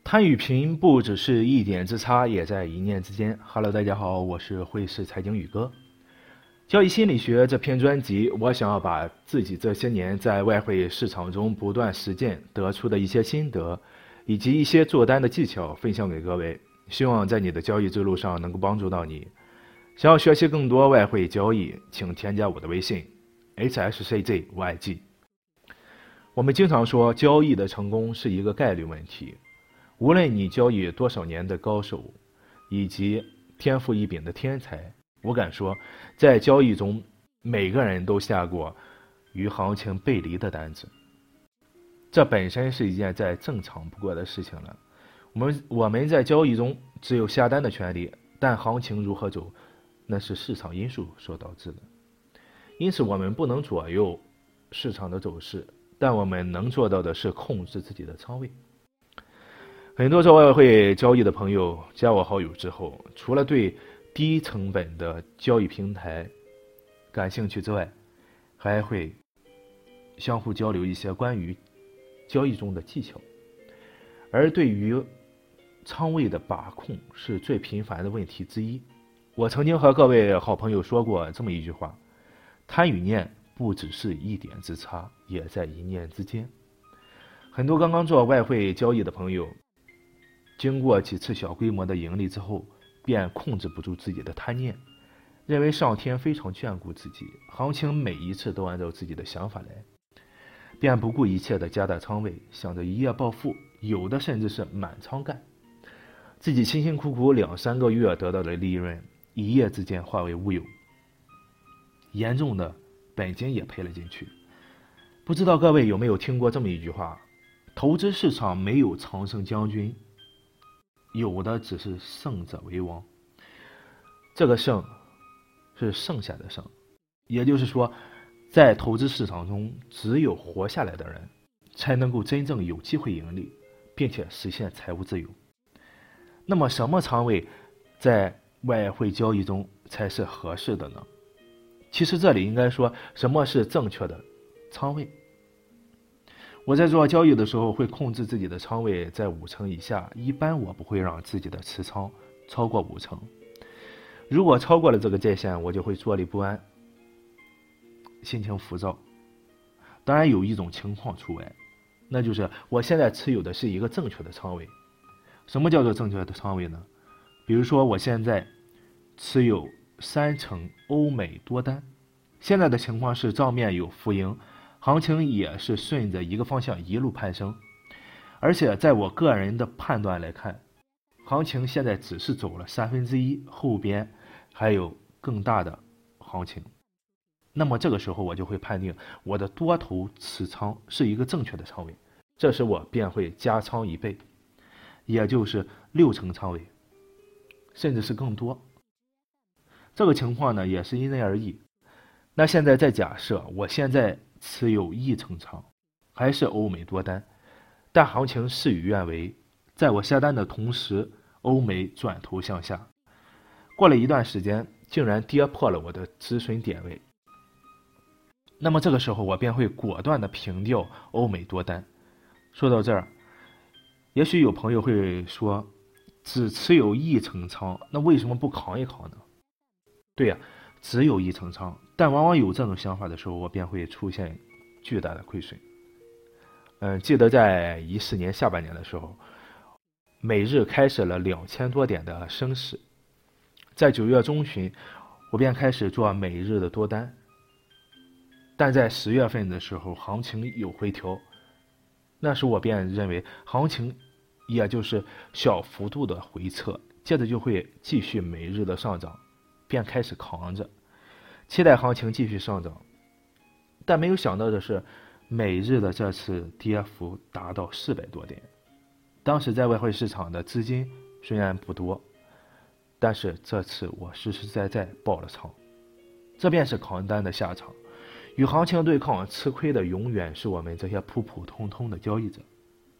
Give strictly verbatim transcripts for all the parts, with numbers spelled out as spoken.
贪与贫不只是一点之差，也在一念之间。Hello， 大家好，我是汇市财经宇哥。交易心理学这篇专辑，我想要把自己这些年在外汇市场中不断实践得出的一些心得，以及一些做单的技巧分享给各位，希望在你的交易之路上能够帮助到你。想要学习更多外汇交易，请添加我的微信 H S C Z Y G。我们经常说，交易的成功是一个概率问题。无论你交易多少年的高手，以及天赋异禀的天才，我敢说，在交易中，每个人都下过与行情背离的单子。这本身是一件再正常不过的事情了。我们我们在交易中只有下单的权利，但行情如何走，那是市场因素所导致的。因此，我们不能左右市场的走势，但我们能做到的是控制自己的仓位。很多做外汇交易的朋友加我好友之后，除了对低成本的交易平台感兴趣之外，还会相互交流一些关于交易中的技巧。而对于仓位的把控是最频繁的问题之一。我曾经和各位好朋友说过这么一句话：贪与念不只是一点之差，也在一念之间。很多刚刚做外汇交易的朋友，经过几次小规模的盈利之后，便控制不住自己的贪念，认为上天非常眷顾自己，行情每一次都按照自己的想法来，便不顾一切地加大仓位，想着一夜暴富，有的甚至是满仓干。自己辛辛苦苦两三个月得到的利润，一夜之间化为乌有，严重的本金也赔了进去。不知道各位有没有听过这么一句话：投资市场没有常胜将军，有的只是胜者为王。这个胜是剩下的胜，也就是说，在投资市场中，只有活下来的人才能够真正有机会盈利，并且实现财务自由。那么什么仓位在外汇交易中才是合适的呢？其实这里应该说，什么是正确的仓位。我在做交易的时候会控制自己的仓位在五成以下，一般我不会让自己的持仓超过五成。如果超过了这个界限，我就会坐立不安，心情浮躁。当然有一种情况除外，那就是我现在持有的是一个正确的仓位。什么叫做正确的仓位呢？比如说我现在持有三成欧美多单，现在的情况是账面有浮盈，行情也是顺着一个方向一路攀升，而且在我个人的判断来看，行情现在只是走了三分之一，后边还有更大的行情。那么这个时候我就会判定我的多头持仓是一个正确的仓位，这时我便会加仓一倍，也就是六成仓位，甚至是更多。这个情况呢也是因人而异。那现在再假设我现在持有一成仓，还是欧美多单，但行情事与愿违，在我下单的同时，欧美转头向下，过了一段时间，竟然跌破了我的止损点位。那么这个时候我便会果断的平掉欧美多单。说到这儿，也许有朋友会说，只持有一成仓，那为什么不扛一扛呢？对呀、啊，只有一成仓，但往往有这种想法的时候，我便会出现巨大的亏损。嗯，记得在一四年下半年的时候，美日开始了两千多点的升势，在九月中旬，我便开始做美日的多单，但在十月份的时候，行情有回调，那时我便认为行情也就是小幅度的回撤，接着就会继续美日的上涨，便开始扛着，期待行情继续上涨。但没有想到的是，美日的这次跌幅达到四百多点。当时在外汇市场的资金虽然不多，但是这次我实实在在爆了仓，这便是扛单的下场。与行情对抗，吃亏的永远是我们这些普普通通的交易者。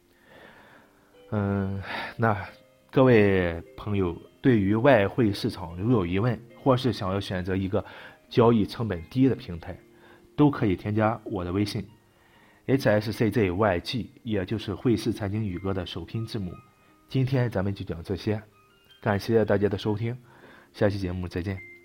嗯，那各位朋友对于外汇市场如有疑问，或是想要选择一个交易成本低的平台，都可以添加我的微信 H S C Z Y G， 也就是汇市财经宇哥的首拼字母今天咱们就讲这些，感谢大家的收听，下期节目再见。